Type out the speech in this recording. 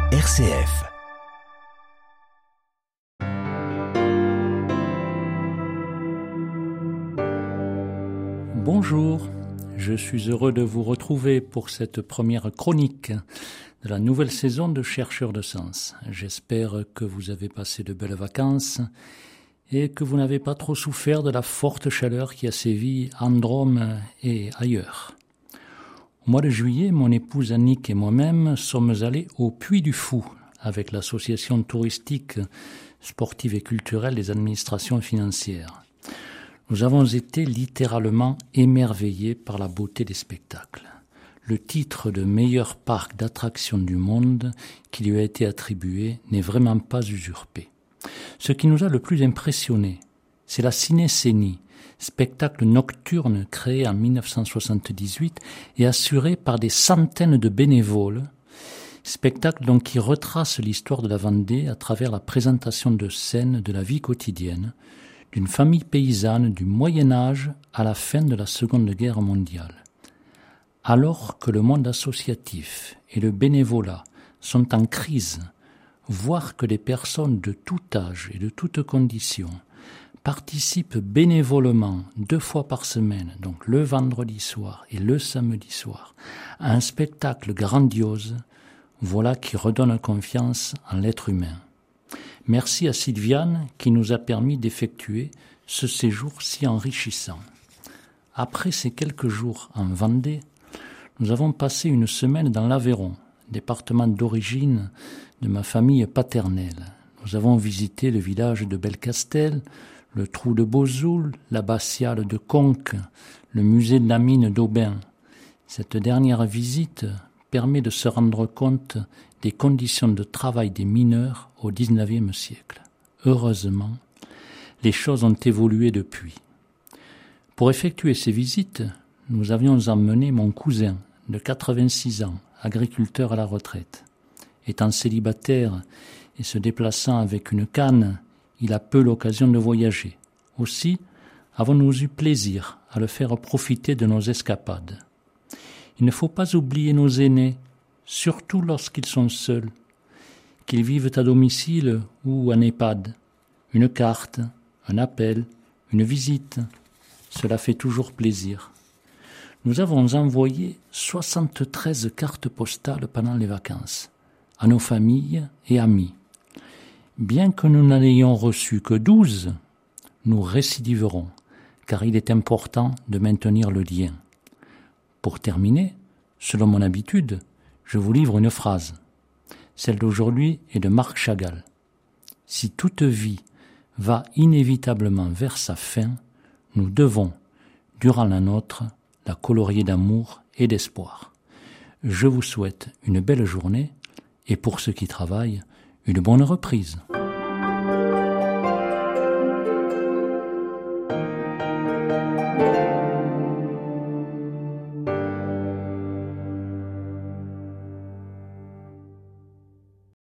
RCF. Bonjour, je suis heureux de vous retrouver pour cette première chronique de la nouvelle saison de Chercheurs de Sens. J'espère que vous avez passé de belles vacances et que vous n'avez pas trop souffert de la forte chaleur qui a sévi en Drôme et ailleurs. Au mois de juillet, mon épouse Annick et moi-même sommes allés au Puy du Fou avec l'association touristique, sportive et culturelle des administrations financières. Nous avons été littéralement émerveillés par la beauté des spectacles. Le titre de meilleur parc d'attractions du monde qui lui a été attribué n'est vraiment pas usurpé. Ce qui nous a le plus impressionné, c'est la Cinécénie, spectacle nocturne créé en 1978 et assuré par des centaines de bénévoles, spectacle donc qui retrace l'histoire de la Vendée à travers la présentation de scènes de la vie quotidienne d'une famille paysanne du Moyen-Âge à la fin de la Seconde Guerre mondiale. Alors que le monde associatif et le bénévolat sont en crise, voir que des personnes de tout âge et de toutes conditions participent bénévolement 2 fois par semaine, donc le vendredi soir et le samedi soir, à un spectacle grandiose, voilà qui redonne confiance en l'être humain. Merci à Sylviane qui nous a permis d'effectuer ce séjour si enrichissant. Après ces quelques jours en Vendée, nous avons passé une semaine dans l'Aveyron, département d'origine de ma famille paternelle. Nous avons visité le village de Belcastel, le trou de Bozoul, l'abbatiale de Conques, le musée de la mine d'Aubin. Cette dernière visite permet de se rendre compte des conditions de travail des mineurs au XIXe siècle. Heureusement, les choses ont évolué depuis. Pour effectuer ces visites, nous avions emmené mon cousin de 86 ans, agriculteur à la retraite. Étant célibataire et se déplaçant avec une canne, il a peu l'occasion de voyager. Aussi, avons-nous eu plaisir à le faire profiter de nos escapades. Il ne faut pas oublier nos aînés, surtout lorsqu'ils sont seuls, qu'ils vivent à domicile ou en EHPAD. Une carte, un appel, une visite, cela fait toujours plaisir. Nous avons envoyé 73 cartes postales pendant les vacances, à nos familles et amis. Bien que nous n'en ayons reçu que 12, nous récidiverons, car il est important de maintenir le lien. Pour terminer, selon mon habitude, je vous livre une phrase. Celle d'aujourd'hui est de Marc Chagall. Si toute vie va inévitablement vers sa fin, nous devons, durant la nôtre, la colorier d'amour et d'espoir. Je vous souhaite une belle journée et pour ceux qui travaillent, une bonne reprise.